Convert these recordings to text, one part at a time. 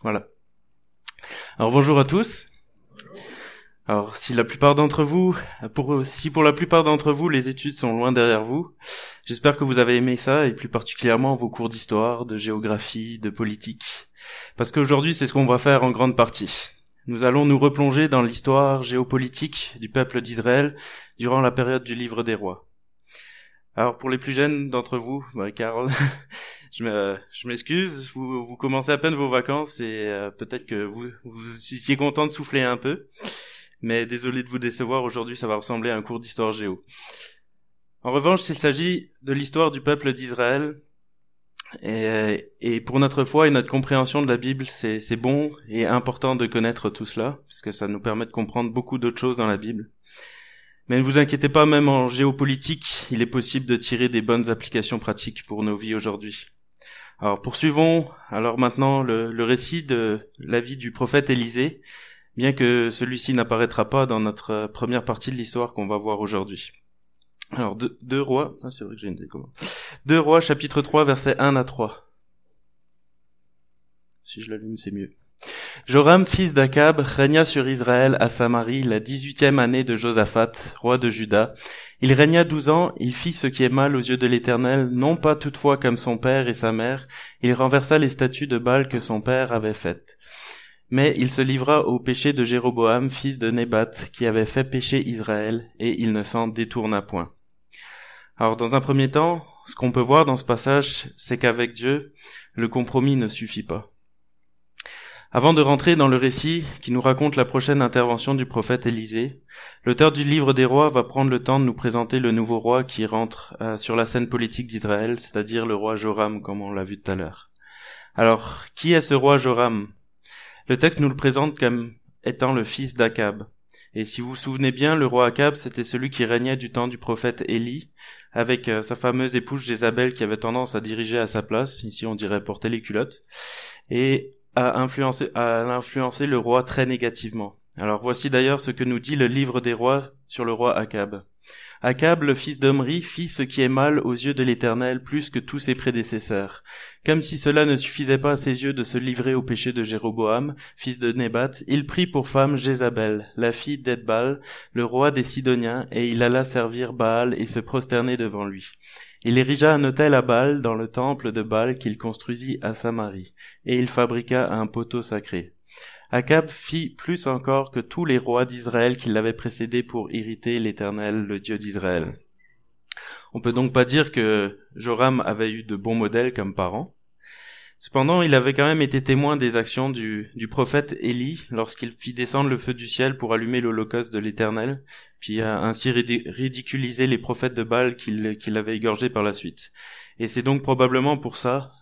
Voilà. Alors bonjour à tous. Alors si pour la plupart d'entre vous les études sont loin derrière vous, j'espère que vous avez aimé ça et plus particulièrement vos cours d'histoire, de géographie, de politique. Parce qu'aujourd'hui c'est ce qu'on va faire en grande partie. Nous allons nous replonger dans l'histoire géopolitique du peuple d'Israël durant la période du livre des rois. Alors pour les plus jeunes d'entre vous, Carl, je m'excuse, vous commencez à peine vos vacances et peut-être que vous étiez content de souffler un peu, mais désolé de vous décevoir, aujourd'hui ça va ressembler à un cours d'histoire géo. En revanche, s'il s'agit de l'histoire du peuple d'Israël, et pour notre foi et notre compréhension de la Bible, c'est bon et important de connaître tout cela, parce que ça nous permet de comprendre beaucoup d'autres choses dans la Bible. Mais ne vous inquiétez pas, même en géopolitique, il est possible de tirer des bonnes applications pratiques pour nos vies aujourd'hui. Alors poursuivons maintenant le récit de la vie du prophète Élisée, bien que celui-ci n'apparaîtra pas dans notre première partie de l'histoire qu'on va voir aujourd'hui. Alors, 2 Rois, c'est vrai que j'ai une idée comment. 2 Rois, chapitre 3, versets 1 à 3. Si je l'allume, c'est mieux. Joram, fils d'Akab, régna sur Israël à Samarie la 18e année de Josaphat, roi de Juda. Il régna 12 ans, il fit ce qui est mal aux yeux de l'Éternel, non pas toutefois comme son père et sa mère, il renversa les statues de Baal que son père avait faites. Mais il se livra au péché de Jéroboam, fils de Nébat, qui avait fait pécher Israël, et il ne s'en détourna point. Alors, dans un premier temps, ce qu'on peut voir dans ce passage, c'est qu'avec Dieu, le compromis ne suffit pas. Avant de rentrer dans le récit qui nous raconte la prochaine intervention du prophète Élisée, l'auteur du livre des rois va prendre le temps de nous présenter le nouveau roi qui rentre sur la scène politique d'Israël, c'est-à-dire le roi Joram, comme on l'a vu tout à l'heure. Alors, qui est ce roi Joram ? Le texte nous le présente comme étant le fils d'Akab. Et si vous vous souvenez bien, le roi Akab, c'était celui qui régnait du temps du prophète Élie, avec sa fameuse épouse Jézabel qui avait tendance à diriger à sa place, ici on dirait porter les culottes, et à influencer le roi très négativement. Alors voici d'ailleurs ce que nous dit le livre des rois sur le roi Akab. Akab, le fils d'Omri, fit ce qui est mal aux yeux de l'Éternel plus que tous ses prédécesseurs. Comme si cela ne suffisait pas à ses yeux de se livrer au péché de Jéroboam, fils de Nébat, il prit pour femme Jézabel, la fille d'Edbal, le roi des Sidoniens, et il alla servir Baal et se prosterner devant lui. Il érigea un autel à Baal dans le temple de Baal qu'il construisit à Samarie, et il fabriqua un poteau sacré. Akab fit plus encore que tous les rois d'Israël qui l'avaient précédé pour irriter l'Éternel, le Dieu d'Israël. On peut donc pas dire que Joram avait eu de bons modèles comme parents. Cependant, il avait quand même été témoin des actions du prophète Élie lorsqu'il fit descendre le feu du ciel pour allumer l'holocauste de l'Éternel, puis ainsi ridiculiser les prophètes de Baal qu'il avait égorgés par la suite. Et c'est donc probablement pour ça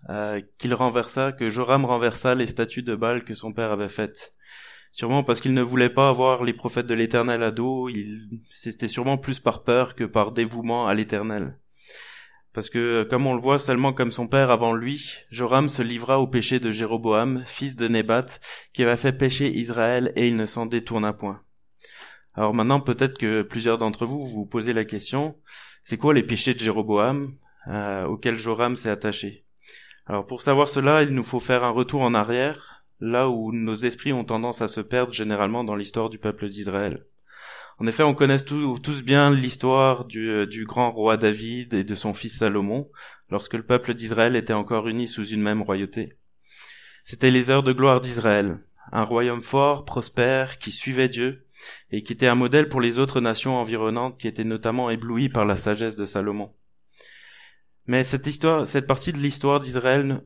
que Joram renversa les statues de Baal que son père avait faites. Sûrement parce qu'il ne voulait pas avoir les prophètes de l'Éternel à dos, c'était sûrement plus par peur que par dévouement à l'Éternel. Parce que, comme on le voit seulement comme son père avant lui, Joram se livra au péché de Jéroboam, fils de Nébat, qui avait fait pécher Israël et il ne s'en détourna point. Alors maintenant, peut-être que plusieurs d'entre vous vous posez la question, c'est quoi les péchés de Jéroboam auxquels Joram s'est attaché ? Alors pour savoir cela, il nous faut faire un retour en arrière, là où nos esprits ont tendance à se perdre généralement dans l'histoire du peuple d'Israël. En effet, on connaît tous bien l'histoire du grand roi David et de son fils Salomon, lorsque le peuple d'Israël était encore uni sous une même royauté. C'était les heures de gloire d'Israël, un royaume fort, prospère, qui suivait Dieu, et qui était un modèle pour les autres nations environnantes qui étaient notamment éblouies par la sagesse de Salomon. Mais cette partie de l'histoire d'Israël,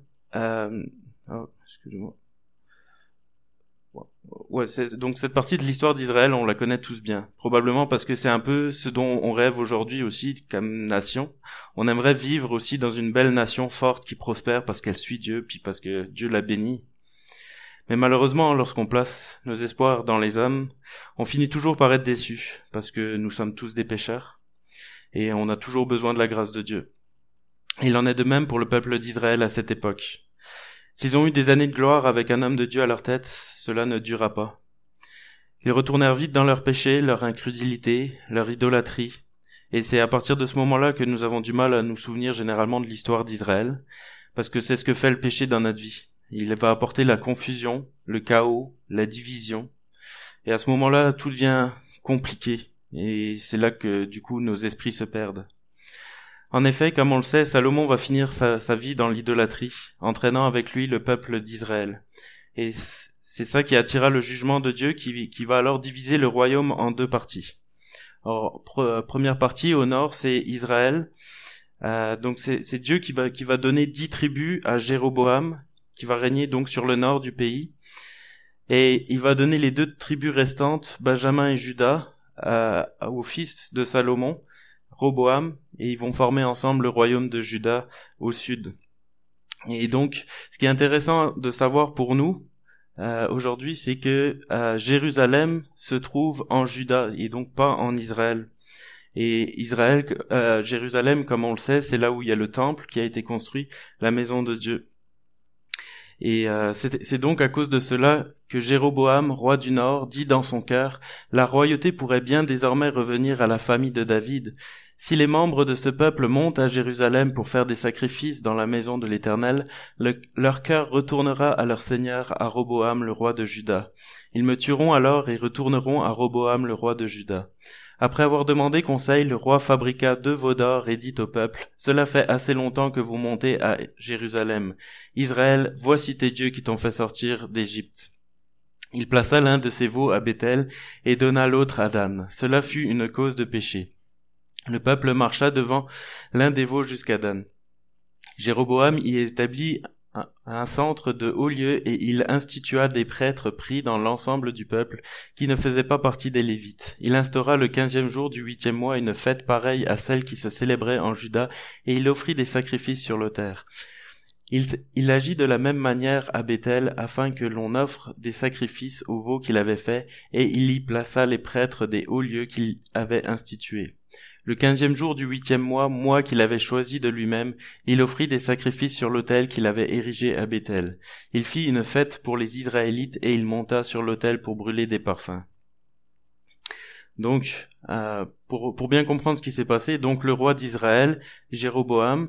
donc cette partie de l'histoire d'Israël, on la connaît tous bien. Probablement parce que c'est un peu ce dont on rêve aujourd'hui aussi comme nation. On aimerait vivre aussi dans une belle nation forte qui prospère parce qu'elle suit Dieu, puis parce que Dieu l'a bénie. Mais malheureusement, lorsqu'on place nos espoirs dans les hommes, on finit toujours par être déçus, parce que nous sommes tous des pécheurs, et on a toujours besoin de la grâce de Dieu. Il en est de même pour le peuple d'Israël à cette époque. S'ils ont eu des années de gloire avec un homme de Dieu à leur tête, cela ne dura pas. Ils retournèrent vite dans leur péché, leur incrédulité, leur idolâtrie, et c'est à partir de ce moment-là que nous avons du mal à nous souvenir généralement de l'histoire d'Israël, parce que c'est ce que fait le péché dans notre vie. il va apporter la confusion, le chaos, la division. Et à ce moment-là, tout devient compliqué. Et c'est là que, du coup, nos esprits se perdent. En effet, comme on le sait, Salomon va finir sa vie dans l'idolâtrie, entraînant avec lui le peuple d'Israël. Et c'est ça qui attira le jugement de Dieu qui va alors diviser le royaume en deux parties. Alors, première partie, au nord, c'est Israël. Donc c'est Dieu qui va donner 10 tribus à Jéroboam, qui va régner donc sur le nord du pays. Et il va donner les 2 tribus restantes, Benjamin et Juda, au fils de Salomon, Roboam, et ils vont former ensemble le royaume de Juda au sud. Et donc, ce qui est intéressant de savoir pour nous aujourd'hui, c'est que Jérusalem se trouve en Juda et donc pas en Israël. Et Jérusalem, comme on le sait, c'est là où il y a le temple qui a été construit, la maison de Dieu. Et c'est donc à cause de cela que Jéroboam, roi du Nord, dit dans son cœur, la royauté pourrait bien désormais revenir à la famille de David. Si les membres de ce peuple montent à Jérusalem pour faire des sacrifices dans la maison de l'Éternel, leur cœur retournera à leur seigneur, à Roboam, le roi de Juda. Ils me tueront alors et retourneront à Roboam, le roi de Juda. Après avoir demandé conseil, le roi fabriqua 2 veaux d'or et dit au peuple, « Cela fait assez longtemps que vous montez à Jérusalem. Israël, voici tes dieux qui t'ont fait sortir d'Égypte. » Il plaça l'un de ces veaux à Béthel et donna l'autre à Dan. Cela fut une cause de péché. Le peuple marcha devant l'un des veaux jusqu'à Dan. Jéroboam y établit un centre de hauts lieux et il institua des prêtres pris dans l'ensemble du peuple qui ne faisaient pas partie des Lévites. Il instaura le 15e jour du 8e mois une fête pareille à celle qui se célébrait en Juda et il offrit des sacrifices sur l'autel. Il agit de la même manière à Béthel afin que l'on offre des sacrifices aux veaux qu'il avait faits et il y plaça les prêtres des hauts lieux qu'il avait institués. Le 15e jour du 8e mois qu'il avait choisi de lui-même, il offrit des sacrifices sur l'autel qu'il avait érigé à Béthel. Il fit une fête pour les Israélites et il monta sur l'autel pour brûler des parfums. Donc, pour bien comprendre ce qui s'est passé, donc le roi d'Israël, Jéroboam,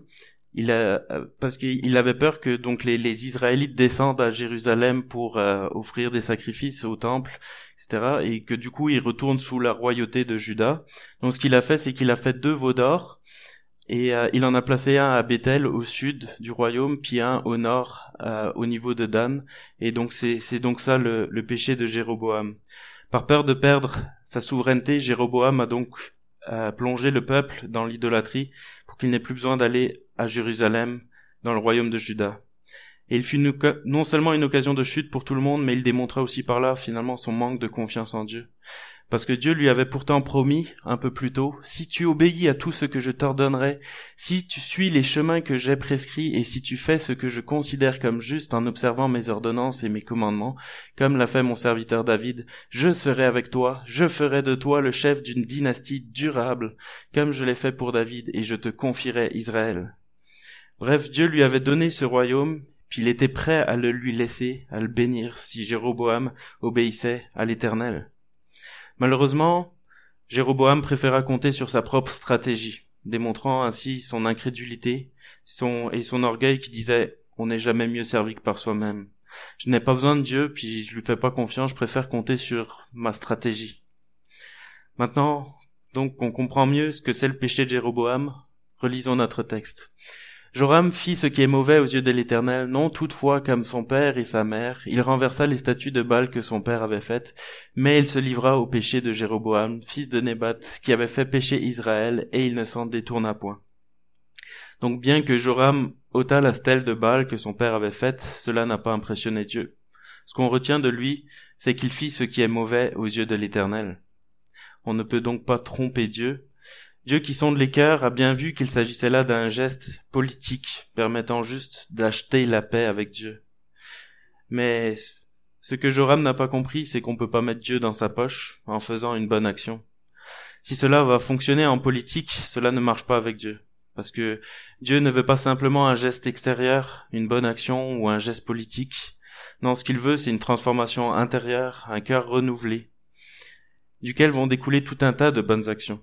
parce qu'il avait peur que donc les Israélites descendent à Jérusalem pour offrir des sacrifices au temple, etc., et que du coup ils retournent sous la royauté de Juda. Donc ce qu'il a fait, c'est qu'il a fait 2 veaux d'or et il en a placé un à Béthel au sud du royaume, puis un au nord au niveau de Dan. Et donc c'est donc ça le péché de Jéroboam. Par peur de perdre sa souveraineté, Jéroboam a donc plongé le peuple dans l'idolâtrie pour qu'il n'ait plus besoin d'aller à Jérusalem, dans le royaume de Juda. Et il fut non seulement une occasion de chute pour tout le monde, mais il démontra aussi par là, finalement, son manque de confiance en Dieu. Parce que Dieu lui avait pourtant promis, un peu plus tôt, « Si tu obéis à tout ce que je t'ordonnerai, si tu suis les chemins que j'ai prescrits, et si tu fais ce que je considère comme juste en observant mes ordonnances et mes commandements, comme l'a fait mon serviteur David, je serai avec toi, je ferai de toi le chef d'une dynastie durable, comme je l'ai fait pour David, et je te confierai Israël. » Bref, Dieu lui avait donné ce royaume, puis il était prêt à le lui laisser, à le bénir, si Jéroboam obéissait à l'Éternel. Malheureusement, Jéroboam préféra compter sur sa propre stratégie, démontrant ainsi son incrédulité et son orgueil qui disait « On n'est jamais mieux servi que par soi-même. Je n'ai pas besoin de Dieu, puis je lui fais pas confiance, je préfère compter sur ma stratégie. » Maintenant, donc, on comprend mieux ce que c'est le péché de Jéroboam. Relisons notre texte. Joram fit ce qui est mauvais aux yeux de l'Éternel, non toutefois comme son père et sa mère. Il renversa les statues de Baal que son père avait faites, mais il se livra au péché de Jéroboam, fils de Nébat, qui avait fait pécher Israël, et il ne s'en détourna point. Donc bien que Joram ôta la stèle de Baal que son père avait faite, cela n'a pas impressionné Dieu. Ce qu'on retient de lui, c'est qu'il fit ce qui est mauvais aux yeux de l'Éternel. On ne peut donc pas tromper Dieu. Dieu qui sonde les cœurs a bien vu qu'il s'agissait là d'un geste politique permettant juste d'acheter la paix avec Dieu. Mais ce que Joram n'a pas compris, c'est qu'on peut pas mettre Dieu dans sa poche en faisant une bonne action. Si cela va fonctionner en politique, cela ne marche pas avec Dieu. Parce que Dieu ne veut pas simplement un geste extérieur, une bonne action ou un geste politique. Non, ce qu'il veut, c'est une transformation intérieure, un cœur renouvelé, duquel vont découler tout un tas de bonnes actions.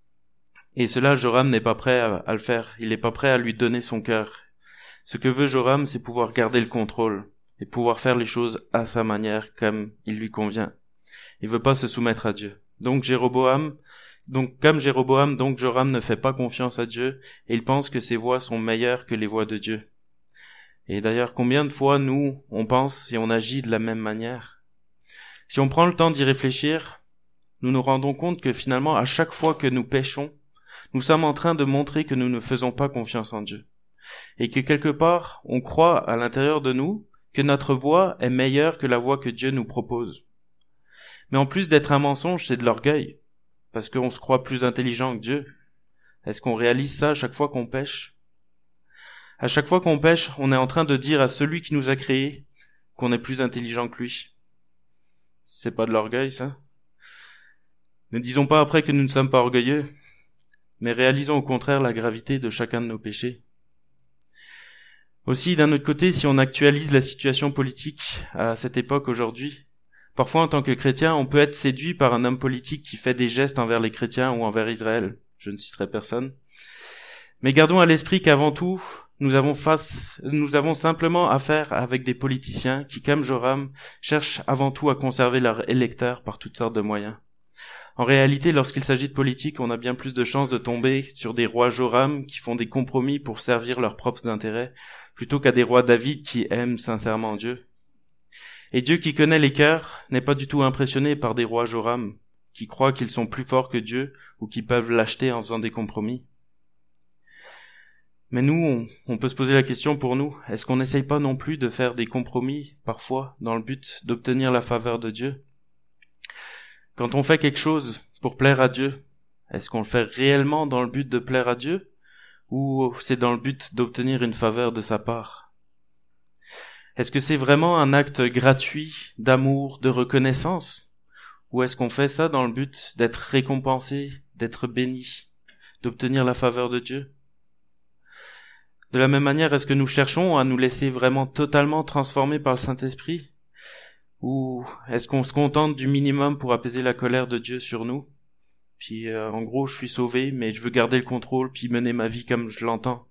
Et cela, Joram n'est pas prêt à le faire. Il n'est pas prêt à lui donner son cœur. Ce que veut Joram, c'est pouvoir garder le contrôle. et pouvoir faire les choses à sa manière comme il lui convient. Il veut pas se soumettre à Dieu. Donc comme Jéroboam, Joram ne fait pas confiance à Dieu et il pense que ses voies sont meilleures que les voies de Dieu. Et d'ailleurs, combien de fois nous, on pense et on agit de la même manière? Si on prend le temps d'y réfléchir, nous nous rendons compte que finalement, à chaque fois que nous péchons, nous sommes en train de montrer que nous ne faisons pas confiance en Dieu. Et que quelque part, on croit à l'intérieur de nous que notre voie est meilleure que la voie que Dieu nous propose. Mais en plus d'être un mensonge, c'est de l'orgueil, parce qu'on se croit plus intelligent que Dieu. Est-ce qu'on réalise ça à chaque fois qu'on pêche? À chaque fois qu'on pêche, on est en train de dire à celui qui nous a créés qu'on est plus intelligent que lui. C'est pas de l'orgueil, ça? Ne disons pas après que nous ne sommes pas orgueilleux, mais réalisons au contraire la gravité de chacun de nos péchés. Aussi, d'un autre côté, si on actualise la situation politique à cette époque aujourd'hui, parfois en tant que chrétien, on peut être séduit par un homme politique qui fait des gestes envers les chrétiens ou envers Israël. Je ne citerai personne. Mais gardons à l'esprit qu'avant tout, nous avons simplement affaire avec des politiciens qui, comme Joram, cherchent avant tout à conserver leurs électeurs par toutes sortes de moyens. En réalité, lorsqu'il s'agit de politique, on a bien plus de chances de tomber sur des rois Joram qui font des compromis pour servir leurs propres intérêts, plutôt qu'à des rois David qui aiment sincèrement Dieu. Et Dieu qui connaît les cœurs n'est pas du tout impressionné par des rois Joram, qui croient qu'ils sont plus forts que Dieu ou qui peuvent l'acheter en faisant des compromis. Mais nous, on peut se poser la question pour nous, est-ce qu'on n'essaye pas non plus de faire des compromis, parfois, dans le but d'obtenir la faveur de Dieu? Quand on fait quelque chose pour plaire à Dieu, est-ce qu'on le fait réellement dans le but de plaire à Dieu? Ou c'est dans le but d'obtenir une faveur de sa part? Est-ce que c'est vraiment un acte gratuit d'amour, de reconnaissance? Ou est-ce qu'on fait ça dans le but d'être récompensé, d'être béni, d'obtenir la faveur de Dieu? De la même manière, est-ce que nous cherchons à nous laisser vraiment totalement transformer par le Saint-Esprit? Ou est-ce qu'on se contente du minimum pour apaiser la colère de Dieu sur nous? Puis en gros, je suis sauvé, mais je veux garder le contrôle, puis mener ma vie comme je l'entends.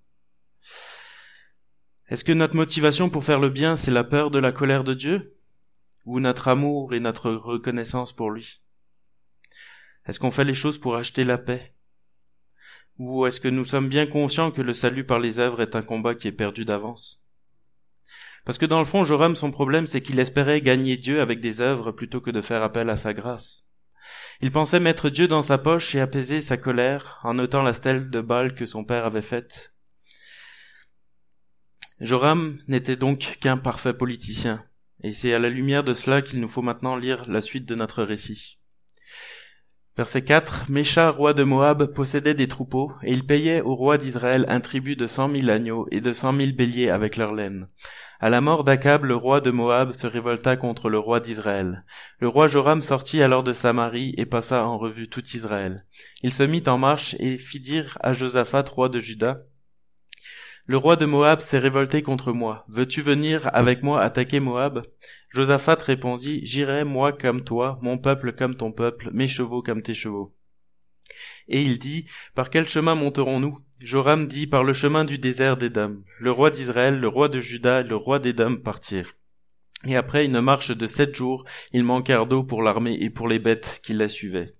Est-ce que notre motivation pour faire le bien, c'est la peur de la colère de Dieu? Ou notre amour et notre reconnaissance pour lui? Est-ce qu'on fait les choses pour acheter la paix? Ou est-ce que nous sommes bien conscients que le salut par les œuvres est un combat qui est perdu d'avance? Parce que dans le fond, Joram, son problème, c'est qu'il espérait gagner Dieu avec des œuvres plutôt que de faire appel à sa grâce. Il pensait mettre Dieu dans sa poche et apaiser sa colère en notant la stèle de Baal que son père avait faite. Joram n'était donc qu'un parfait politicien, et c'est à la lumière de cela qu'il nous faut maintenant lire la suite de notre récit. Verset 4. Mécha, roi de Moab, possédait des troupeaux, et il payait au roi d'Israël un tribut de 100 000 agneaux et de 100 000 béliers avec leur laine. À la mort d'Akab, le roi de Moab se révolta contre le roi d'Israël. Le roi Joram sortit alors de Samarie et passa en revue tout Israël. Il se mit en marche et fit dire à Josaphat, roi de Juda, « Le roi de Moab s'est révolté contre moi. Veux-tu venir avec moi attaquer Moab ?» Josaphat répondit, « J'irai, moi comme toi, mon peuple comme ton peuple, mes chevaux comme tes chevaux. » Et il dit, « Par quel chemin monterons-nous » Joram dit, « Par le chemin du désert d'Édom. » Le roi d'Israël, le roi de Juda et le roi d'Édom partirent. Et après une marche de 7 jours, ils manquèrent d'eau pour l'armée et pour les bêtes qui la suivaient.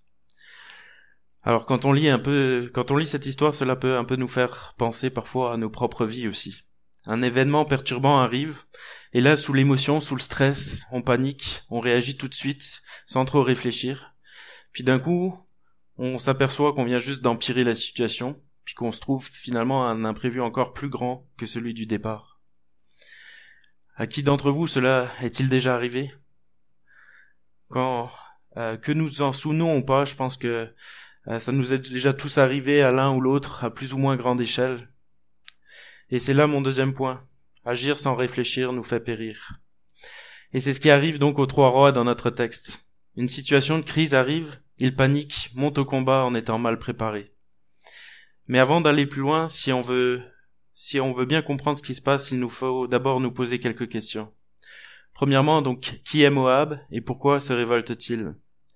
Alors quand on lit cette histoire, cela peut un peu nous faire penser parfois à nos propres vies aussi. Un événement perturbant arrive, et là, sous l'émotion, sous le stress, on panique, on réagit tout de suite, sans trop réfléchir. Puis d'un coup, on s'aperçoit qu'on vient juste d'empirer la situation, puis qu'on se trouve finalement à un imprévu encore plus grand que celui du départ. À qui d'entre vous cela est-il déjà arrivé? Que nous en souvenons ou pas, je pense que ça nous est déjà tous arrivé à l'un ou l'autre, à plus ou moins grande échelle. Et c'est là mon deuxième point. Agir sans réfléchir nous fait périr. Et c'est ce qui arrive donc aux 3 rois dans notre texte. Une situation de crise arrive, ils paniquent, montent au combat en étant mal préparés. Mais avant d'aller plus loin, si on veut bien comprendre ce qui se passe, il nous faut d'abord nous poser quelques questions. Premièrement, donc, qui est Moab et pourquoi se révolte-t-il?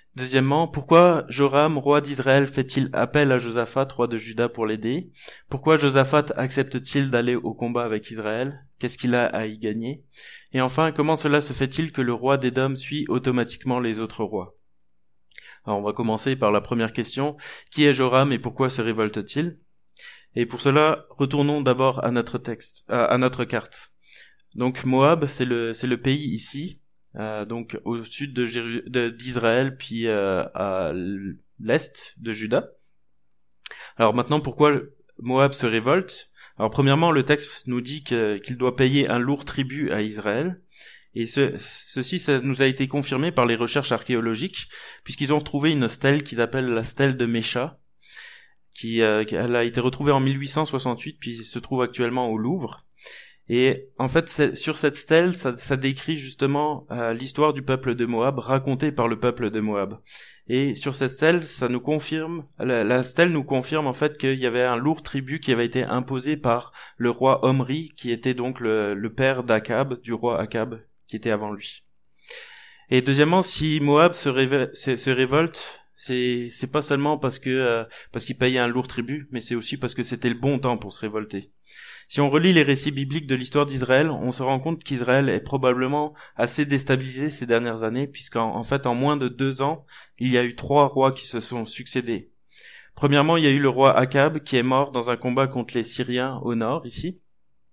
Deuxièmement, pourquoi Joram, roi d'Israël, fait-il appel à Josaphat, roi de Juda, pour l'aider? Pourquoi Josaphat accepte-t-il d'aller au combat avec Israël? Qu'est-ce qu'il a à y gagner? Et enfin, comment cela se fait-il que le roi d'Édom suit automatiquement les autres rois? Alors, on va commencer par la première question. Qui est Joram et pourquoi se révolte-t-il? Et pour cela, retournons d'abord à notre texte, à notre carte. Donc, Moab, c'est le pays ici. Donc au sud d'Israël, puis à l'est de Juda. Alors maintenant, pourquoi Moab se révolte? Alors premièrement, le texte nous dit qu'il doit payer un lourd tribut à Israël, et ceci ça nous a été confirmé par les recherches archéologiques, puisqu'ils ont retrouvé une stèle qu'ils appellent la stèle de Mécha, elle a été retrouvée en 1868, puis se trouve actuellement au Louvre. Et en fait, sur cette stèle, ça décrit justement l'histoire du peuple de Moab, racontée par le peuple de Moab. Et sur cette stèle, ça nous confirme, la stèle nous confirme en fait qu'il y avait un lourd tribut qui avait été imposé par le roi Omri, qui était donc le père d'Akab, du roi Akab, qui était avant lui. Et deuxièmement, si Moab se révolte, c'est pas seulement parce qu'il payait un lourd tribut, mais c'est aussi parce que c'était le bon temps pour se révolter. Si on relit les récits bibliques de l'histoire d'Israël, on se rend compte qu'Israël est probablement assez déstabilisé ces dernières années, puisqu'en fait, en moins de 2 ans, il y a eu 3 rois qui se sont succédés. Premièrement, il y a eu le roi Akab, qui est mort dans un combat contre les Syriens au nord, ici.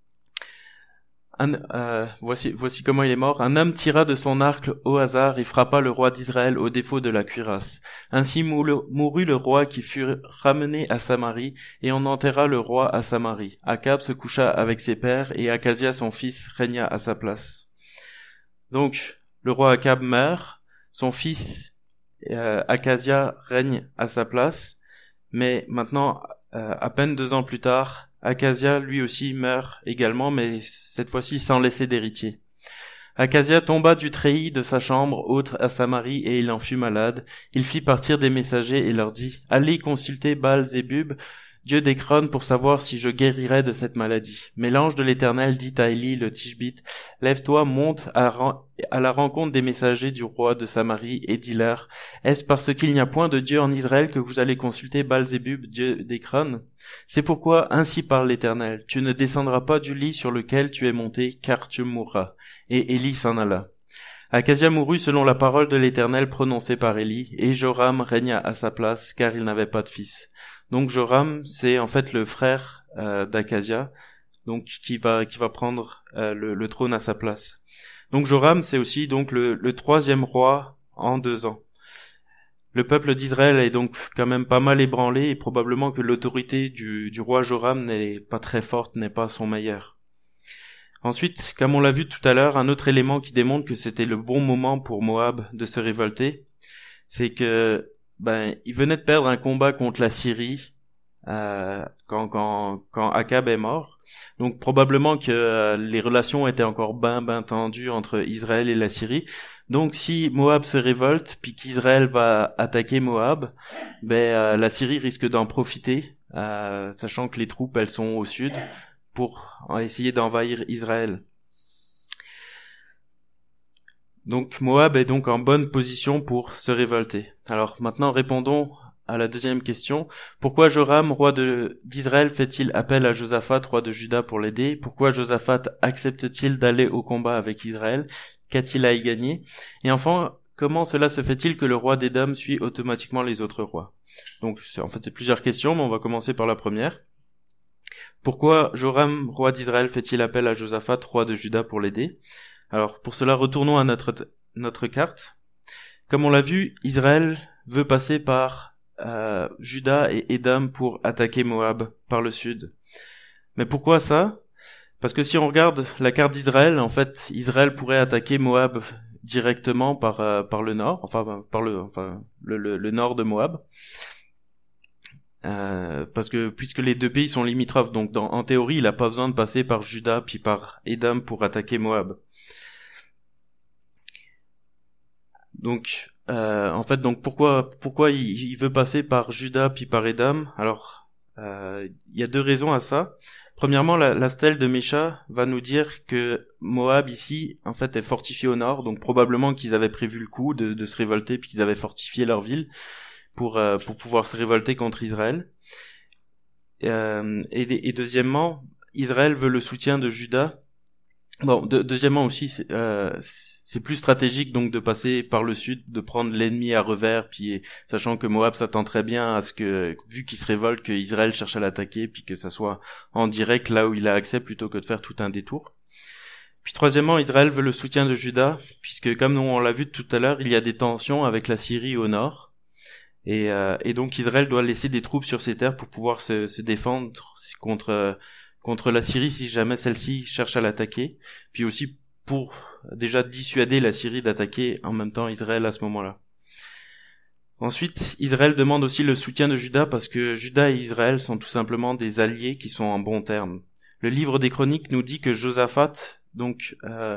Voici comment il est mort. Un homme tira de son arc au hasard et frappa le roi d'Israël au défaut de la cuirasse. Ainsi mourut le roi qui fut ramené à Samarie, et on enterra le roi à Samarie. Akab se coucha avec ses pères, et Akazia son fils régna à sa place. Donc, le roi Akab meurt, son fils Akazia règne à sa place, mais maintenant, à peine 2 ans plus tard, Akazia, lui aussi, meurt également, mais cette fois-ci sans laisser d'héritier. Akazia tomba du treillis de sa chambre haute à Samarie, et il en fut malade. Il fit partir des messagers et leur dit « Allez consulter Baal-Zébub, dieu d'Écron, pour savoir si je guérirai de cette maladie. » Mais l'ange de l'Éternel dit à Élie le Tishbite « Lève-toi, monte à la rencontre des messagers du roi de Samarie, et dis-leur « Est-ce parce qu'il n'y a point de Dieu en Israël que vous allez consulter Baal-Zébub, dieu d'Écron? C'est pourquoi, ainsi parle l'Éternel, tu ne descendras pas du lit sur lequel tu es monté, car tu mourras. » Et Élie s'en alla. Akazia mourut selon la parole de l'Éternel prononcée par Élie, et Joram régna à sa place, car il n'avait pas de fils. Donc Joram, c'est en fait le frère d'Akazia, donc qui va prendre le trône à sa place. Donc Joram, c'est aussi donc le 3e roi en 2 ans. Le peuple d'Israël est donc quand même pas mal ébranlé, et probablement que l'autorité du roi Joram n'est pas très forte, n'est pas son meilleur. Ensuite, comme on l'a vu tout à l'heure, un autre élément qui démontre que c'était le bon moment pour Moab de se révolter, c'est que il venait de perdre un combat contre la Syrie quand Akab est mort. Donc probablement que les relations étaient encore ben tendues entre Israël et la Syrie. Donc si Moab se révolte puis qu'Israël va attaquer Moab, la Syrie risque d'en profiter, sachant que les troupes elles sont au sud pour essayer d'envahir Israël. Donc Moab est donc en bonne position pour se révolter. Alors maintenant répondons à la deuxième question. Pourquoi Joram, roi d'Israël, fait-il appel à Josaphat, roi de Juda, pour l'aider? Pourquoi Josaphat accepte-t-il d'aller au combat avec Israël? Qu'a-t-il à y gagner? Et enfin, comment cela se fait-il que le roi d'Édom suit automatiquement les autres rois? Donc en fait c'est plusieurs questions, mais on va commencer par la première. Pourquoi Joram, roi d'Israël, fait-il appel à Josaphat, roi de Juda, pour l'aider? Alors, pour cela, retournons à notre carte. Comme on l'a vu, Israël veut passer par Juda et Édom pour attaquer Moab par le sud. Mais pourquoi ça? Parce que si on regarde la carte d'Israël, en fait, Israël pourrait attaquer Moab directement par le nord, par le nord de Moab. Parce que puisque les 2 pays sont limitrophes, donc en théorie, il n'a pas besoin de passer par Juda puis par Édom pour attaquer Moab. Donc, en fait, donc pourquoi il veut passer par Juda puis par Édom? Alors, il y a 2 raisons à ça. Premièrement, la stèle de Mécha va nous dire que Moab ici, en fait, est fortifié au nord, donc probablement qu'ils avaient prévu le coup de se révolter puis qu'ils avaient fortifié leur ville pour pouvoir se révolter contre Israël. Et deuxièmement, Israël veut le soutien de Juda. Bon, deuxièmement aussi, c'est plus stratégique donc de passer par le sud, de prendre l'ennemi à revers, puis sachant que Moab s'attend très bien à ce que, vu qu'il se révolte, que Israël cherche à l'attaquer, puis que ça soit en direct là où il a accès plutôt que de faire tout un détour. Puis troisièmement, Israël veut le soutien de Juda, puisque comme on l'a vu tout à l'heure, il y a des tensions avec la Syrie au nord. Et donc Israël doit laisser des troupes sur ses terres pour pouvoir se défendre contre la Syrie si jamais celle-ci cherche à l'attaquer, puis aussi pour déjà dissuader la Syrie d'attaquer en même temps Israël à ce moment-là. Ensuite, Israël demande aussi le soutien de Juda parce que Juda et Israël sont tout simplement des alliés qui sont en bons termes. Le livre des Chroniques nous dit que Josaphat, donc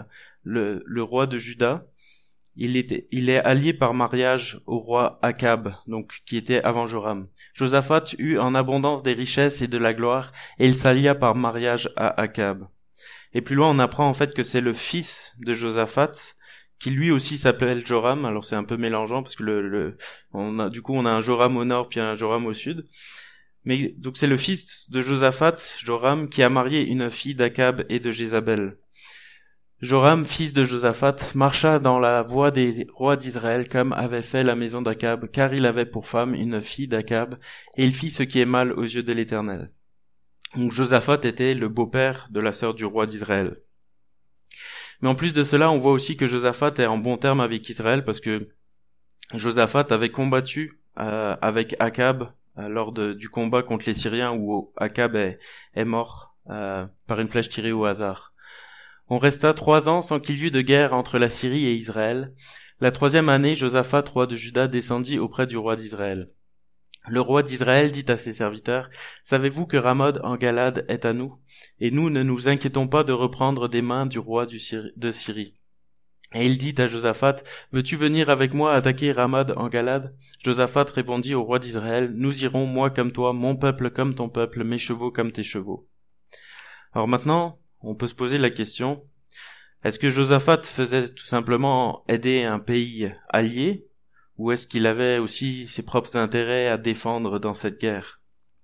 le roi de Juda, il est allié par mariage au roi Akab, donc qui était avant Joram. Josaphat eut en abondance des richesses et de la gloire, et il s'allia par mariage à Akab. Et plus loin, on apprend en fait que c'est le fils de Josaphat, qui lui aussi s'appelle Joram. Alors c'est un peu mélangeant parce que on a un Joram au nord puis un Joram au sud. Mais donc c'est le fils de Josaphat, Joram, qui a marié une fille d'Akab et de Jézabel. Joram, fils de Josaphat, marcha dans la voie des rois d'Israël comme avait fait la maison d'Akab, car il avait pour femme une fille d'Akab, et il fit ce qui est mal aux yeux de l'Éternel. Donc Josaphat était le beau-père de la sœur du roi d'Israël. Mais en plus de cela, on voit aussi que Josaphat est en bon terme avec Israël, parce que Josaphat avait combattu avec Akab lors du combat contre les Syriens, où Akab est mort par une flèche tirée au hasard. On resta 3 ans sans qu'il y eût de guerre entre la Syrie et Israël. La 3e année, Josaphat, roi de Juda, descendit auprès du roi d'Israël. Le roi d'Israël dit à ses serviteurs, « Savez-vous que Ramoth en Galade est à nous? Et nous ne nous inquiétons pas de reprendre des mains du roi de Syrie. » Et il dit à Josaphat, « Veux-tu venir avec moi attaquer Ramoth en Galade ?» Josaphat répondit au roi d'Israël, « Nous irons, moi comme toi, mon peuple comme ton peuple, mes chevaux comme tes chevaux. » Alors maintenant, on peut se poser la question, est-ce que Josaphat faisait tout simplement aider un pays allié, ou est-ce qu'il avait aussi ses propres intérêts à défendre dans cette guerre?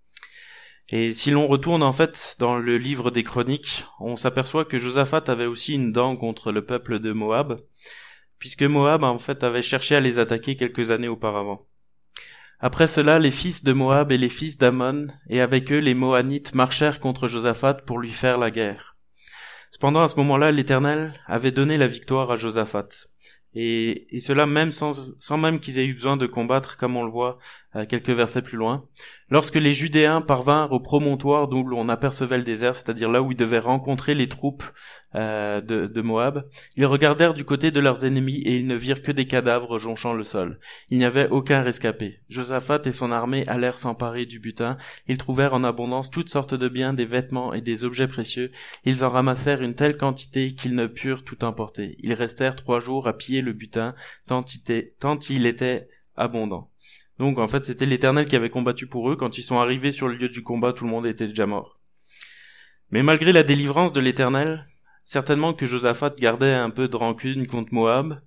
Et si l'on retourne en fait dans le livre des Chroniques, on s'aperçoit que Josaphat avait aussi une dent contre le peuple de Moab, puisque Moab en fait avait cherché à les attaquer quelques années auparavant. Après cela, les fils de Moab et les fils d'Ammon, et avec eux les Moanites marchèrent contre Josaphat pour lui faire la guerre. Cependant, à ce moment-là, l'Éternel avait donné la victoire à Josaphat. Et cela même sans même qu'ils aient eu besoin de combattre, comme on le voit quelques versets plus loin. Lorsque les Judéens parvinrent au promontoire d'où l'on apercevait le désert, c'est-à-dire là où ils devaient rencontrer les troupes de Moab, ils regardèrent du côté de leurs ennemis et ils ne virent que des cadavres jonchant le sol. Il n'y avait aucun rescapé. Josaphat et son armée allèrent s'emparer du butin. Ils trouvèrent en abondance toutes sortes de biens, des vêtements et des objets précieux. Ils en ramassèrent une telle quantité qu'ils ne purent tout emporter. Ils restèrent 3 jours à piller le butin, tant il était abondant. Donc en fait c'était l'Éternel qui avait combattu pour eux. Quand ils sont arrivés sur le lieu du combat, tout le monde était déjà mort. Mais malgré la délivrance de l'Éternel, certainement que Josaphat gardait un peu de rancune contre Moab,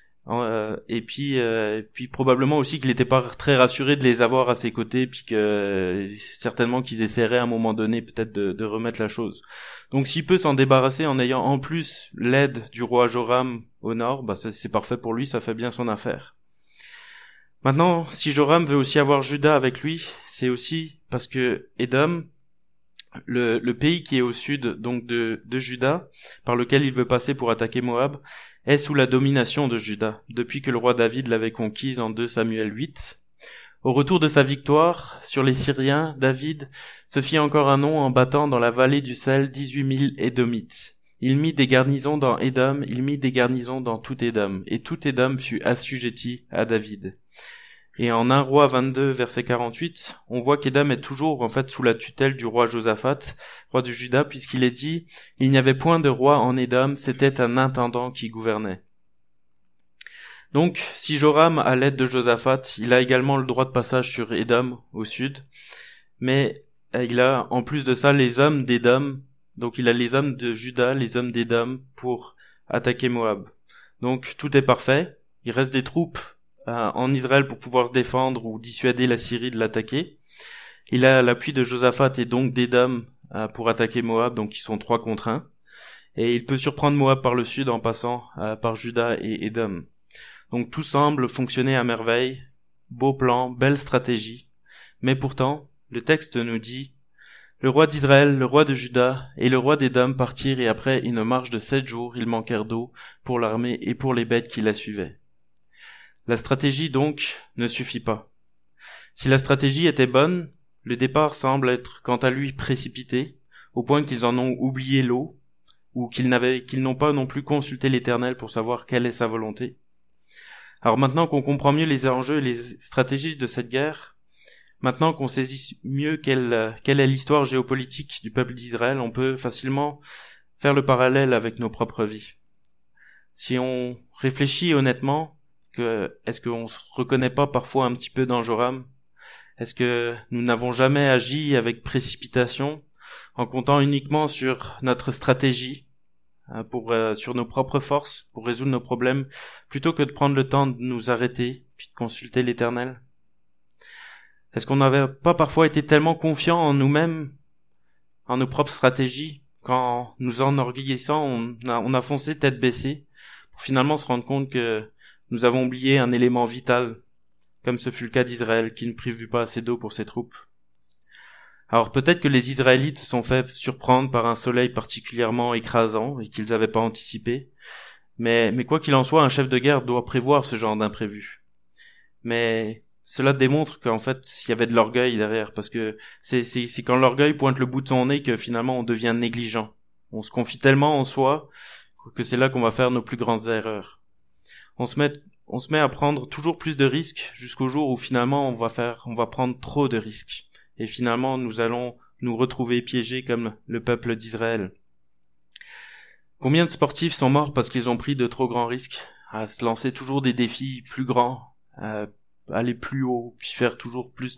et puis probablement aussi qu'il n'était pas très rassuré de les avoir à ses côtés, puis que certainement qu'ils essaieraient à un moment donné peut-être de remettre la chose. Donc s'il peut s'en débarrasser en ayant en plus l'aide du roi Joram au nord, bah c'est parfait pour lui, ça fait bien son affaire. Maintenant, si Joram veut aussi avoir Juda avec lui, c'est aussi parce que Édom, le pays qui est au sud donc de Juda, par lequel il veut passer pour attaquer Moab, est sous la domination de Juda, depuis que le roi David l'avait conquise en 2 Samuel 8. Au retour de sa victoire sur les Syriens, David se fit encore un nom en battant dans la vallée du sel 18 000 Édomites. Il mit des garnisons dans Édom, il mit des garnisons dans tout Édom, et tout Édom fut assujetti à David. Et en 1 Roi 22, verset 48, on voit qu'Édom est toujours en fait sous la tutelle du roi Josaphat, roi de Juda, puisqu'il est dit « Il n'y avait point de roi en Édom, c'était un intendant qui gouvernait ». Donc, si Joram a l'aide de Josaphat, il a également le droit de passage sur Édom, au sud, mais il a en plus de ça les hommes d'Édom. Donc il a les hommes de Juda, les hommes d'Édom pour attaquer Moab. Donc tout est parfait. Il reste des troupes en Israël pour pouvoir se défendre ou dissuader la Syrie de l'attaquer. Il a l'appui de Josaphat et donc d'Édom pour attaquer Moab, donc ils sont 3 contre 1. Et il peut surprendre Moab par le sud en passant par Juda et Édom. Donc tout semble fonctionner à merveille, beau plan, belle stratégie. Mais pourtant, le texte nous dit: le roi d'Israël, le roi de Juda et le roi d'Édom partirent, et après une marche de 7 jours, ils manquèrent d'eau pour l'armée et pour les bêtes qui la suivaient. La stratégie donc ne suffit pas. Si la stratégie était bonne, le départ semble être quant à lui précipité, au point qu'ils en ont oublié l'eau, ou qu'ils n'ont pas non plus consulté l'Éternel pour savoir quelle est sa volonté. Alors maintenant qu'on comprend mieux les enjeux et les stratégies de cette guerre, maintenant qu'on saisit mieux quelle est l'histoire géopolitique du peuple d'Israël, on peut facilement faire le parallèle avec nos propres vies. Si on réfléchit honnêtement, est-ce qu'on se reconnaît pas parfois un petit peu dans Joram? Est-ce que nous n'avons jamais agi avec précipitation, en comptant uniquement sur notre stratégie, sur nos propres forces, pour résoudre nos problèmes, plutôt que de prendre le temps de nous arrêter, puis de consulter l'Éternel? Est-ce qu'on n'avait pas parfois été tellement confiants en nous-mêmes, en nos propres stratégies, qu'en nous enorgueillissant, on a foncé tête baissée, pour finalement se rendre compte que nous avons oublié un élément vital, comme ce fut le cas d'Israël, qui ne prévut pas assez d'eau pour ses troupes. Alors peut-être que les Israélites se sont fait surprendre par un soleil particulièrement écrasant et qu'ils n'avaient pas anticipé, mais quoi qu'il en soit, un chef de guerre doit prévoir ce genre d'imprévu. Mais cela démontre qu'en fait, il y avait de l'orgueil derrière, parce que c'est quand l'orgueil pointe le bout de son nez que finalement on devient négligent. On se confie tellement en soi que c'est là qu'on va faire nos plus grandes erreurs. On se met à prendre toujours plus de risques jusqu'au jour où finalement on va prendre trop de risques. Et finalement nous allons nous retrouver piégés comme le peuple d'Israël. Combien de sportifs sont morts parce qu'ils ont pris de trop grands risques, à se lancer toujours des défis plus grands, à aller plus haut, puis faire toujours plus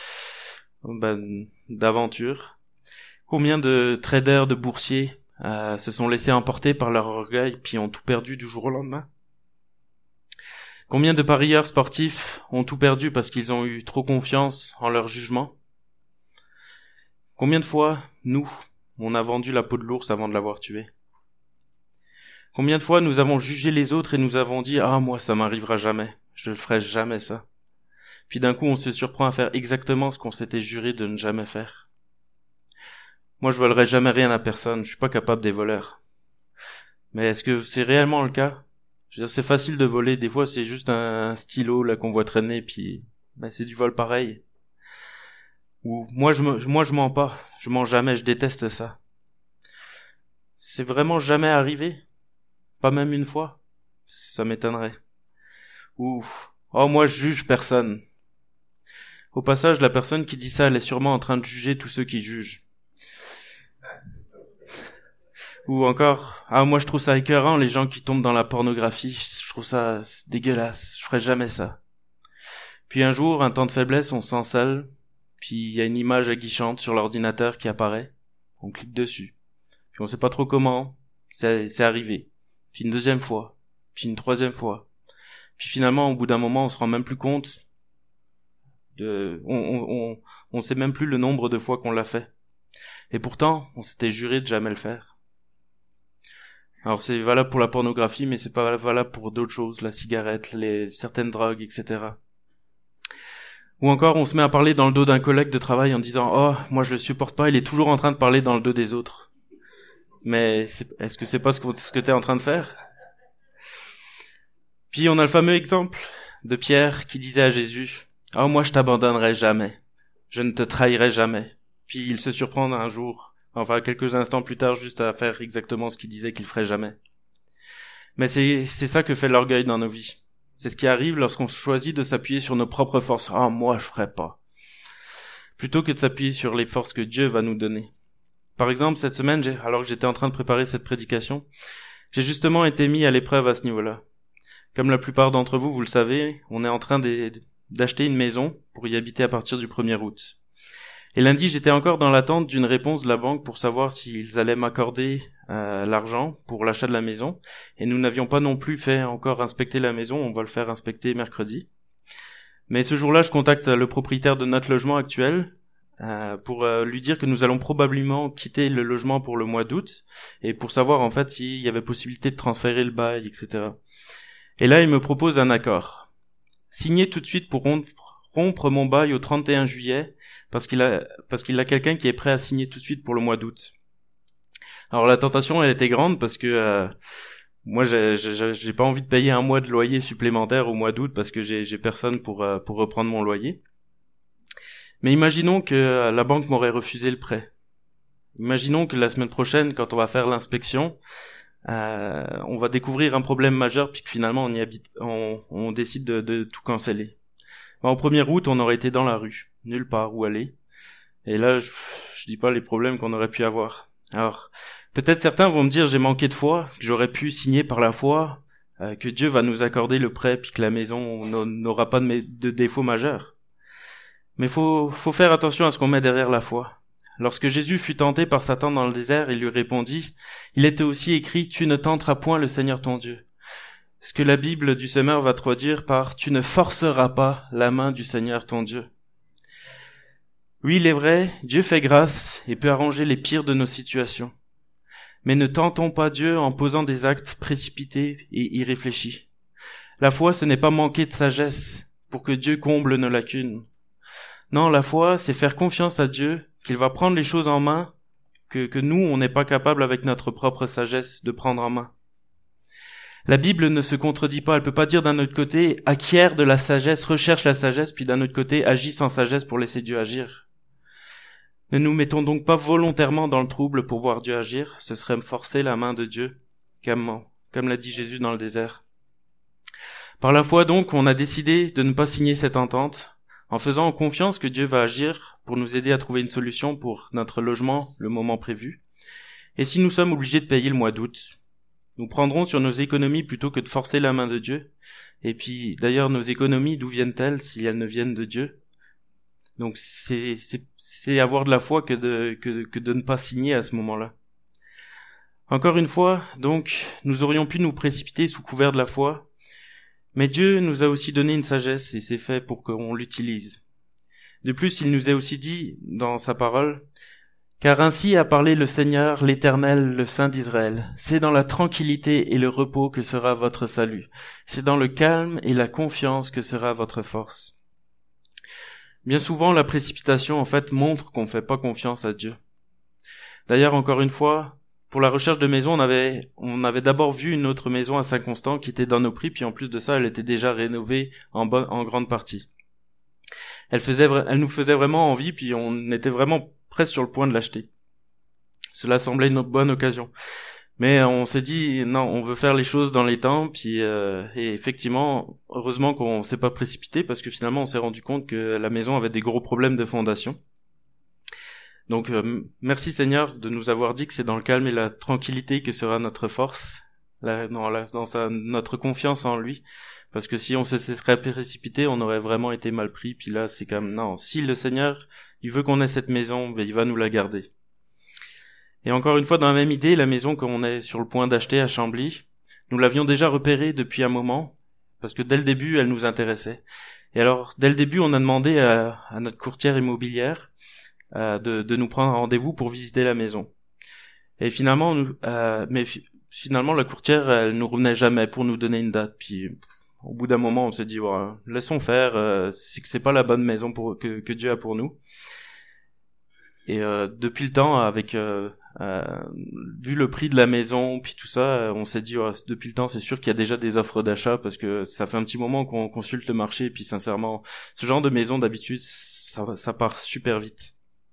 d'aventures. Combien de traders, de boursiers se sont laissés emporter par leur orgueil puis ont tout perdu du jour au lendemain? Combien de parieurs sportifs ont tout perdu parce qu'ils ont eu trop confiance en leur jugement? Combien de fois, nous, on a vendu la peau de l'ours avant de l'avoir tué? Combien de fois nous avons jugé les autres et nous avons dit « Ah, moi, ça m'arrivera jamais, je ne ferai jamais ça ». Puis d'un coup, on se surprend à faire exactement ce qu'on s'était juré de ne jamais faire. Moi, je volerai jamais rien à personne, je suis pas capable des voleurs. Mais est-ce que c'est réellement le cas? Je veux dire, c'est facile de voler, des fois c'est juste un stylo là qu'on voit traîner, puis c'est du vol pareil. Ou moi je mens pas, je mens jamais, je déteste ça. C'est vraiment jamais arrivé, pas même une fois, ça m'étonnerait. Ou moi je juge personne. Au passage, la personne qui dit ça, elle est sûrement en train de juger tous ceux qui jugent. Ou encore, moi je trouve ça écœurant, les gens qui tombent dans la pornographie, je trouve ça dégueulasse, je ferais jamais ça. Puis un jour, un temps de faiblesse, on se sent seul, puis il y a une image aguichante sur l'ordinateur qui apparaît, on clique dessus, puis on sait pas trop comment, c'est arrivé, puis une deuxième fois, puis une troisième fois, puis finalement au bout d'un moment on se rend même plus compte, on sait même plus le nombre de fois qu'on l'a fait, et pourtant on s'était juré de jamais le faire. Alors c'est valable pour la pornographie, mais c'est pas valable pour d'autres choses, la cigarette, certaines drogues, etc. Ou encore, on se met à parler dans le dos d'un collègue de travail en disant « Oh, moi je le supporte pas, il est toujours en train de parler dans le dos des autres. » Mais est-ce que c'est pas ce que t'es en train de faire? Puis on a le fameux exemple de Pierre qui disait à Jésus « Oh, moi je t'abandonnerai jamais, je ne te trahirai jamais. » Puis il se surprend un jour, enfin quelques instants plus tard, juste à faire exactement ce qu'il disait qu'il ferait jamais. Mais c'est ça que fait l'orgueil dans nos vies. C'est ce qui arrive lorsqu'on choisit de s'appuyer sur nos propres forces. « moi je ferai pas. » Plutôt que de s'appuyer sur les forces que Dieu va nous donner. Par exemple, cette semaine, alors que j'étais en train de préparer cette prédication, j'ai justement été mis à l'épreuve à ce niveau-là. Comme la plupart d'entre vous, vous le savez, on est en train d'acheter une maison pour y habiter à partir du 1er août. Et lundi, j'étais encore dans l'attente d'une réponse de la banque pour savoir s'ils allaient m'accorder l'argent pour l'achat de la maison. Et nous n'avions pas non plus fait encore inspecter la maison, on va le faire inspecter mercredi. Mais ce jour-là, je contacte le propriétaire de notre logement actuel pour lui dire que nous allons probablement quitter le logement pour le mois d'août et pour savoir en fait s'il y avait possibilité de transférer le bail, etc. Et là, il me propose un accord. Signer tout de suite pour rompre mon bail au 31 juillet parce qu'il a quelqu'un qui est prêt à signer tout de suite pour le mois d'août. Alors la tentation, elle était grande parce que moi, j'ai pas envie de payer un mois de loyer supplémentaire au mois d'août parce que j'ai personne pour reprendre mon loyer. Mais imaginons que la banque m'aurait refusé le prêt. Imaginons que la semaine prochaine, quand on va faire l'inspection, on va découvrir un problème majeur puis que finalement on décide de tout canceller. Au 1er août, on aurait été dans la rue, nulle part où aller. Et là, je dis pas les problèmes qu'on aurait pu avoir. Alors, peut-être certains vont me dire j'ai manqué de foi, que j'aurais pu signer par la foi, que Dieu va nous accorder le prêt puis que la maison n'aura pas de défauts majeurs. Mais faut faire attention à ce qu'on met derrière la foi. Lorsque Jésus fut tenté par Satan dans le désert, il lui répondit, il était aussi écrit, tu ne tenteras point le Seigneur ton Dieu. Ce que la Bible du Semeur va traduire par, tu ne forceras pas la main du Seigneur ton Dieu. Oui, il est vrai, Dieu fait grâce et peut arranger les pires de nos situations. Mais ne tentons pas Dieu en posant des actes précipités et irréfléchis. La foi, ce n'est pas manquer de sagesse pour que Dieu comble nos lacunes. Non, la foi, c'est faire confiance à Dieu, qu'il va prendre les choses en main, que nous, on n'est pas capable avec notre propre sagesse de prendre en main. La Bible ne se contredit pas, elle peut pas dire d'un autre côté, acquiert de la sagesse, recherche la sagesse, puis d'un autre côté, agis sans sagesse pour laisser Dieu agir. Ne nous mettons donc pas volontairement dans le trouble pour voir Dieu agir, ce serait forcer la main de Dieu, comme l'a dit Jésus dans le désert. Par la foi donc, on a décidé de ne pas signer cette entente, en faisant confiance que Dieu va agir pour nous aider à trouver une solution pour notre logement le moment prévu. Et si nous sommes obligés de payer le mois d'août, nous prendrons sur nos économies plutôt que de forcer la main de Dieu. Et puis, d'ailleurs, nos économies, d'où viennent-elles si elles ne viennent de Dieu? Donc, c'est avoir de la foi que de ne pas signer à ce moment-là. Encore une fois, donc, nous aurions pu nous précipiter sous couvert de la foi, mais Dieu nous a aussi donné une sagesse et c'est fait pour qu'on l'utilise. De plus, il nous a aussi dit dans sa parole, « Car ainsi a parlé le Seigneur, l'Éternel, le Saint d'Israël. C'est dans la tranquillité et le repos que sera votre salut. C'est dans le calme et la confiance que sera votre force. » Bien souvent, la précipitation, en fait, montre qu'on ne fait pas confiance à Dieu. D'ailleurs, encore une fois, pour la recherche de maison, on avait d'abord vu une autre maison à Saint-Constant qui était dans nos prix, puis en plus de ça, elle était déjà rénovée en grande partie. Elle nous faisait vraiment envie, puis on était vraiment presque sur le point de l'acheter. Cela semblait une bonne occasion. Mais on s'est dit, non, on veut faire les choses dans les temps, puis et effectivement, heureusement qu'on s'est pas précipité, parce que finalement, on s'est rendu compte que la maison avait des gros problèmes de fondation. Donc, merci Seigneur de nous avoir dit que c'est dans le calme et la tranquillité que sera notre force, notre confiance en lui, parce que si on se serait précipité, on aurait vraiment été mal pris, puis là, c'est comme, non, si le Seigneur, il veut qu'on ait cette maison, ben, il va nous la garder. Et encore une fois, dans la même idée, la maison qu'on est sur le point d'acheter à Chambly, nous l'avions déjà repérée depuis un moment, parce que dès le début, elle nous intéressait. Et alors, dès le début, on a demandé à notre courtière immobilière de nous prendre un rendez-vous pour visiter la maison. Et finalement, finalement, la courtière, elle nous revenait jamais pour nous donner une date. Puis, au bout d'un moment, on s'est dit, ouais, laissons faire, c'est pas la bonne maison que Dieu a pour nous. Et depuis le temps, avec vu le prix de la maison, puis tout ça, on s'est dit, depuis le temps, c'est sûr qu'il y a déjà des offres d'achat, parce que ça fait un petit moment qu'on consulte le marché, et puis sincèrement, ce genre de maison, d'habitude, ça part super vite.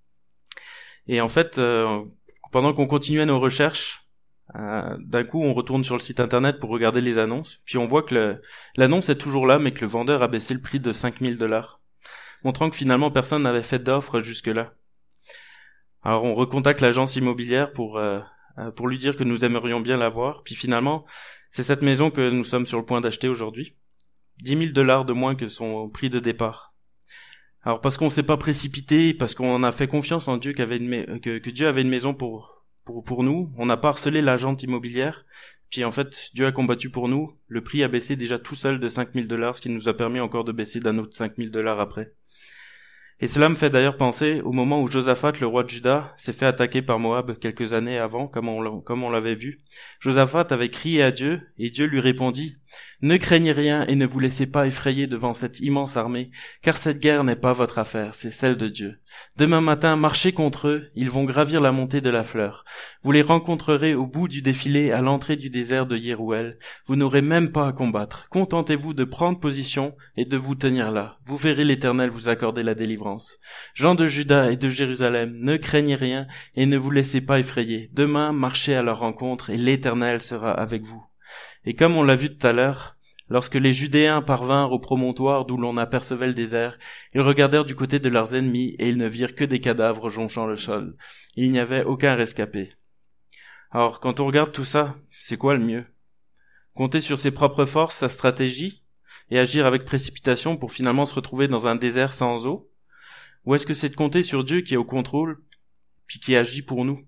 Et en fait, pendant qu'on continuait nos recherches, d'un coup, on retourne sur le site internet pour regarder les annonces, puis on voit que l'annonce est toujours là, mais que le vendeur a baissé le prix de $5,000, montrant que finalement personne n'avait fait d'offre jusque-là. Alors on recontacte l'agence immobilière pour lui dire que nous aimerions bien l'avoir, puis finalement, c'est cette maison que nous sommes sur le point d'acheter aujourd'hui. $10,000 de moins que son prix de départ. Alors parce qu'on s'est pas précipité, parce qu'on a fait confiance en Dieu que Dieu avait une maison pour nous, on n'a pas harcelé l'agente immobilière, puis en fait Dieu a combattu pour nous, le prix a baissé déjà tout seul de $5,000, ce qui nous a permis encore de baisser d'un autre $5,000 après. Et cela me fait d'ailleurs penser au moment où Josaphat, le roi de Juda, s'est fait attaquer par Moab quelques années avant, comme on l'avait vu. Josaphat avait crié à Dieu, et Dieu lui répondit « Ne craignez rien et ne vous laissez pas effrayer devant cette immense armée, car cette guerre n'est pas votre affaire, c'est celle de Dieu. Demain matin, marchez contre eux, ils vont gravir la montée de la fleur. Vous les rencontrerez au bout du défilé à l'entrée du désert de Yérouël. Vous n'aurez même pas à combattre. Contentez-vous de prendre position et de vous tenir là. Vous verrez l'Éternel vous accorder la délivrance. Gens de Juda et de Jérusalem, ne craignez rien et ne vous laissez pas effrayer. Demain, marchez à leur rencontre et l'Éternel sera avec vous. » Et comme on l'a vu tout à l'heure, lorsque les Judéens parvinrent au promontoire d'où l'on apercevait le désert, ils regardèrent du côté de leurs ennemis et ils ne virent que des cadavres jonchant le sol. Il n'y avait aucun rescapé. Alors, quand on regarde tout ça, c'est quoi le mieux? Compter sur ses propres forces, sa stratégie, et agir avec précipitation pour finalement se retrouver dans un désert sans eau? Ou est-ce que c'est de compter sur Dieu qui est au contrôle, puis qui agit pour nous?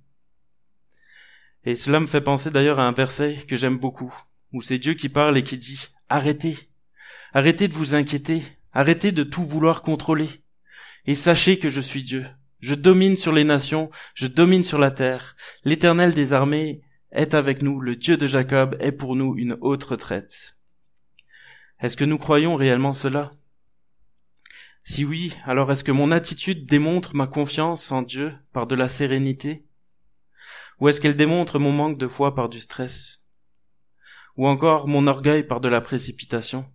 Et cela me fait penser d'ailleurs à un verset que j'aime beaucoup, où c'est Dieu qui parle et qui dit « Arrêtez, arrêtez de vous inquiéter, arrêtez de tout vouloir contrôler, et sachez que je suis Dieu. Je domine sur les nations, je domine sur la terre. L'Éternel des armées est avec nous, le Dieu de Jacob est pour nous une haute retraite. » Est-ce que nous croyons réellement cela? Si oui, alors est-ce que mon attitude démontre ma confiance en Dieu par de la sérénité? Ou est-ce qu'elle démontre mon manque de foi par du stress? Ou encore mon orgueil par de la précipitation?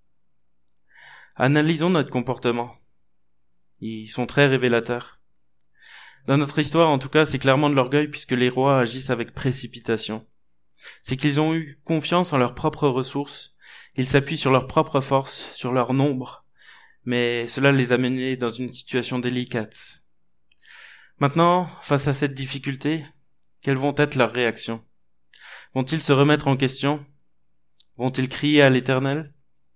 Analysons notre comportement. Ils sont très révélateurs. Dans notre histoire, en tout cas, c'est clairement de l'orgueil puisque les rois agissent avec précipitation. C'est qu'ils ont eu confiance en leurs propres ressources, ils s'appuient sur leurs propres forces, sur leur nombre, mais cela les a menés dans une situation délicate. Maintenant, face à cette difficulté, quelles vont être leurs réactions? Vont-ils se remettre en question? Vont-ils crier à l'Éternel?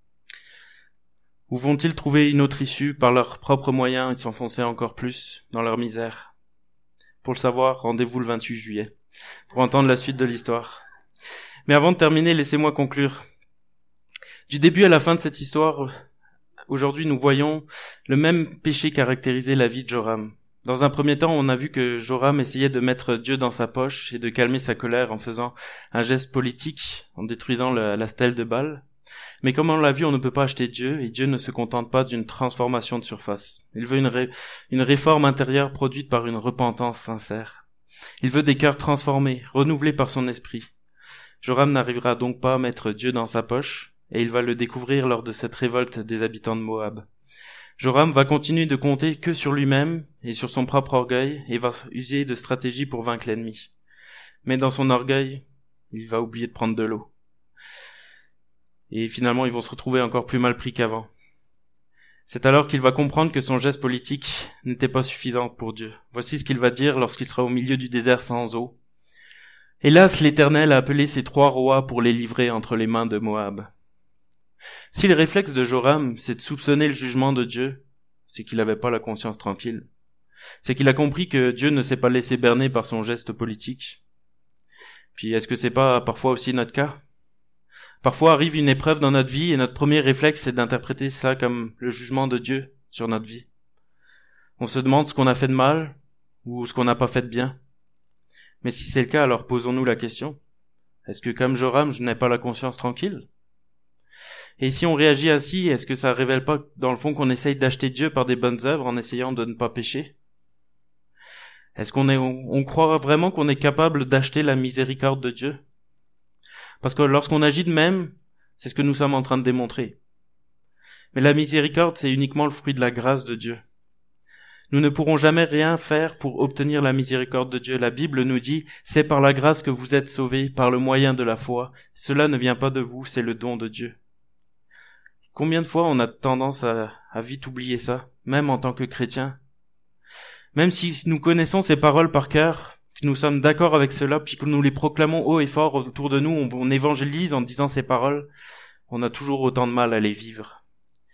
Ou vont-ils trouver une autre issue par leurs propres moyens et s'enfoncer encore plus dans leur misère? Pour le savoir, rendez-vous le 28 juillet, pour entendre la suite de l'histoire. Mais avant de terminer, laissez-moi conclure. Du début à la fin de cette histoire, aujourd'hui nous voyons le même péché caractériser la vie de Joram. Dans un premier temps, on a vu que Joram essayait de mettre Dieu dans sa poche et de calmer sa colère en faisant un geste politique, en détruisant la stèle de Baal. Mais comme on l'a vu, on ne peut pas acheter Dieu, et Dieu ne se contente pas d'une transformation de surface. Il veut une réforme intérieure produite par une repentance sincère. Il veut des cœurs transformés, renouvelés par son esprit. Joram n'arrivera donc pas à mettre Dieu dans sa poche, et il va le découvrir lors de cette révolte des habitants de Moab. Joram va continuer de compter que sur lui-même et sur son propre orgueil, et va user de stratégies pour vaincre l'ennemi. Mais dans son orgueil, il va oublier de prendre de l'eau. Et finalement, ils vont se retrouver encore plus mal pris qu'avant. C'est alors qu'il va comprendre que son geste politique n'était pas suffisant pour Dieu. Voici ce qu'il va dire lorsqu'il sera au milieu du désert sans eau. « Hélas, l'Éternel a appelé ses 3 rois pour les livrer entre les mains de Moab. » Si le réflexe de Joram, c'est de soupçonner le jugement de Dieu, c'est qu'il n'avait pas la conscience tranquille. C'est qu'il a compris que Dieu ne s'est pas laissé berner par son geste politique. Puis est-ce que c'est pas parfois aussi notre cas? Parfois arrive une épreuve dans notre vie et notre premier réflexe c'est d'interpréter ça comme le jugement de Dieu sur notre vie. On se demande ce qu'on a fait de mal ou ce qu'on n'a pas fait de bien. Mais si c'est le cas, alors posons-nous la question. Est-ce que comme Joram, je n'ai pas la conscience tranquille? Et si on réagit ainsi, est-ce que ça révèle pas dans le fond qu'on essaye d'acheter Dieu par des bonnes œuvres en essayant de ne pas pécher? Est-ce on croit vraiment qu'on est capable d'acheter la miséricorde de Dieu? Parce que lorsqu'on agit de même, c'est ce que nous sommes en train de démontrer. Mais la miséricorde, c'est uniquement le fruit de la grâce de Dieu. Nous ne pourrons jamais rien faire pour obtenir la miséricorde de Dieu. La Bible nous dit, c'est par la grâce que vous êtes sauvés, par le moyen de la foi. Cela ne vient pas de vous, c'est le don de Dieu. Combien de fois on a tendance à vite oublier ça, même en tant que chrétien? Même si nous connaissons ces paroles par cœur, que nous sommes d'accord avec cela, puis que nous les proclamons haut et fort autour de nous, on évangélise en disant ces paroles, on a toujours autant de mal à les vivre.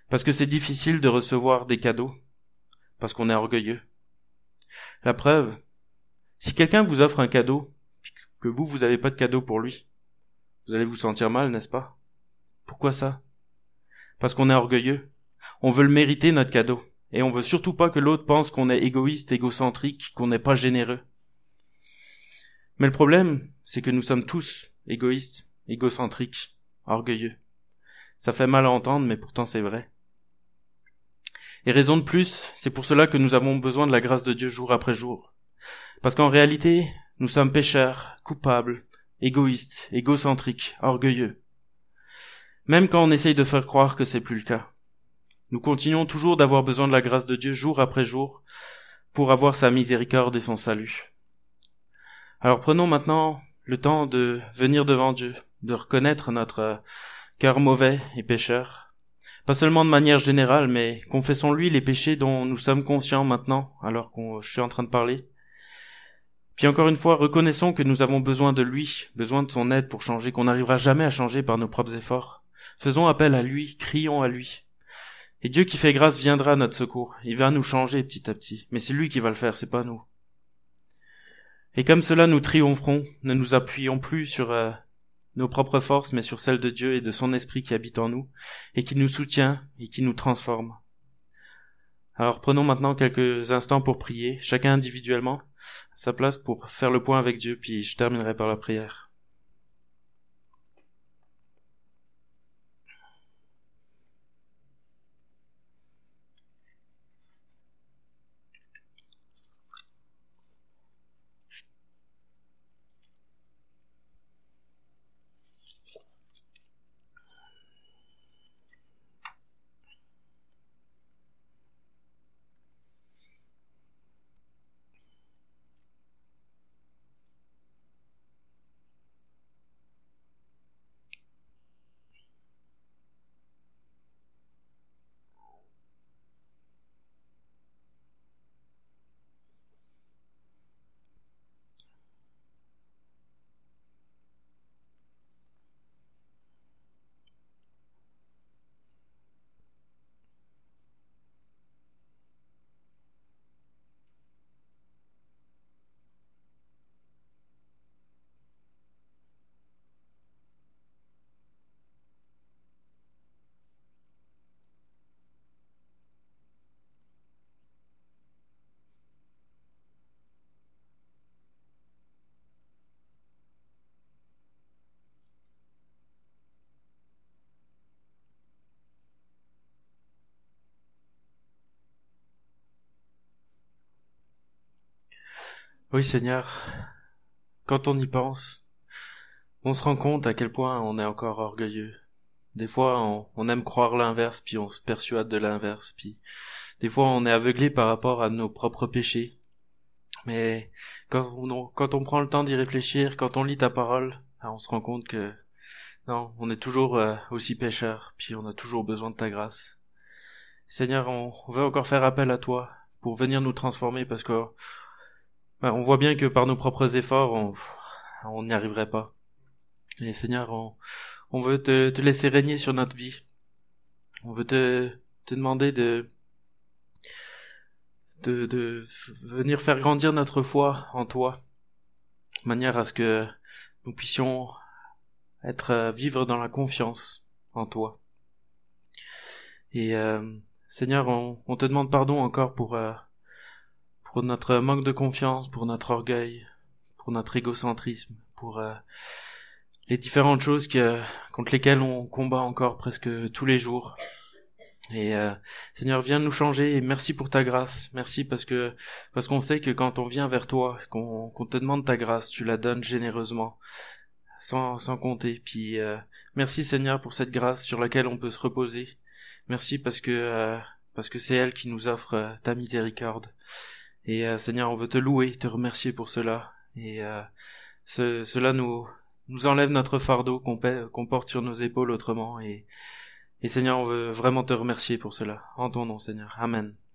Parce que c'est difficile de recevoir des cadeaux, parce qu'on est orgueilleux. La preuve, si quelqu'un vous offre un cadeau, que vous n'avez pas de cadeau pour lui, vous allez vous sentir mal, n'est-ce pas? Pourquoi ça? Parce qu'on est orgueilleux. On veut le mériter, notre cadeau. Et on veut surtout pas que l'autre pense qu'on est égoïste, égocentrique, qu'on n'est pas généreux. Mais le problème, c'est que nous sommes tous égoïstes, égocentriques, orgueilleux. Ça fait mal à entendre, mais pourtant c'est vrai. Et raison de plus, c'est pour cela que nous avons besoin de la grâce de Dieu jour après jour. Parce qu'en réalité, nous sommes pécheurs, coupables, égoïstes, égocentriques, orgueilleux. Même quand on essaye de faire croire que c'est plus le cas. Nous continuons toujours d'avoir besoin de la grâce de Dieu jour après jour pour avoir sa miséricorde et son salut. Alors prenons maintenant le temps de venir devant Dieu, de reconnaître notre cœur mauvais et pécheur. Pas seulement de manière générale, mais confessons-lui les péchés dont nous sommes conscients maintenant, alors que je suis en train de parler. Puis encore une fois, reconnaissons que nous avons besoin de lui, besoin de son aide pour changer, qu'on n'arrivera jamais à changer par nos propres efforts. Faisons appel à lui, crions à lui. Et Dieu qui fait grâce viendra à notre secours. Il va nous changer petit à petit. Mais c'est lui qui va le faire, c'est pas nous. Et comme cela, nous triompherons, ne nous appuyons plus sur nos propres forces, mais sur celles de Dieu et de son esprit qui habite en nous, et qui nous soutient et qui nous transforme. Alors prenons maintenant quelques instants pour prier, chacun individuellement, à sa place pour faire le point avec Dieu, puis je terminerai par la prière. Oui Seigneur, quand on y pense, on se rend compte à quel point on est encore orgueilleux. Des fois, on aime croire l'inverse, puis on se persuade de l'inverse, puis des fois, on est aveuglé par rapport à nos propres péchés. Mais quand on prend le temps d'y réfléchir, quand on lit ta parole, on se rend compte que non, on est toujours aussi pécheurs, puis on a toujours besoin de ta grâce. Seigneur, on veut encore faire appel à toi pour venir nous transformer, parce que on voit bien que par nos propres efforts, on n'y arriverait pas. Et Seigneur, on veut te laisser régner sur notre vie. On veut te demander de venir faire grandir notre foi en toi, de manière à ce que nous puissions vivre dans la confiance en toi. Et Seigneur, on te demande pardon encore pour notre manque de confiance, pour notre orgueil, pour notre égocentrisme, pour les différentes choses contre lesquelles on combat encore presque tous les jours. Et Seigneur, viens nous changer et merci pour ta grâce. Merci parce qu'on sait que quand on vient vers toi, qu'on te demande ta grâce, tu la donnes généreusement, sans compter. Puis merci Seigneur pour cette grâce sur laquelle on peut se reposer. Merci parce que c'est elle qui nous offre ta miséricorde. Et Seigneur, on veut te louer, te remercier pour cela. Et cela nous enlève notre fardeau qu'on porte sur nos épaules autrement. Et Seigneur, on veut vraiment te remercier pour cela. En ton nom, Seigneur. Amen.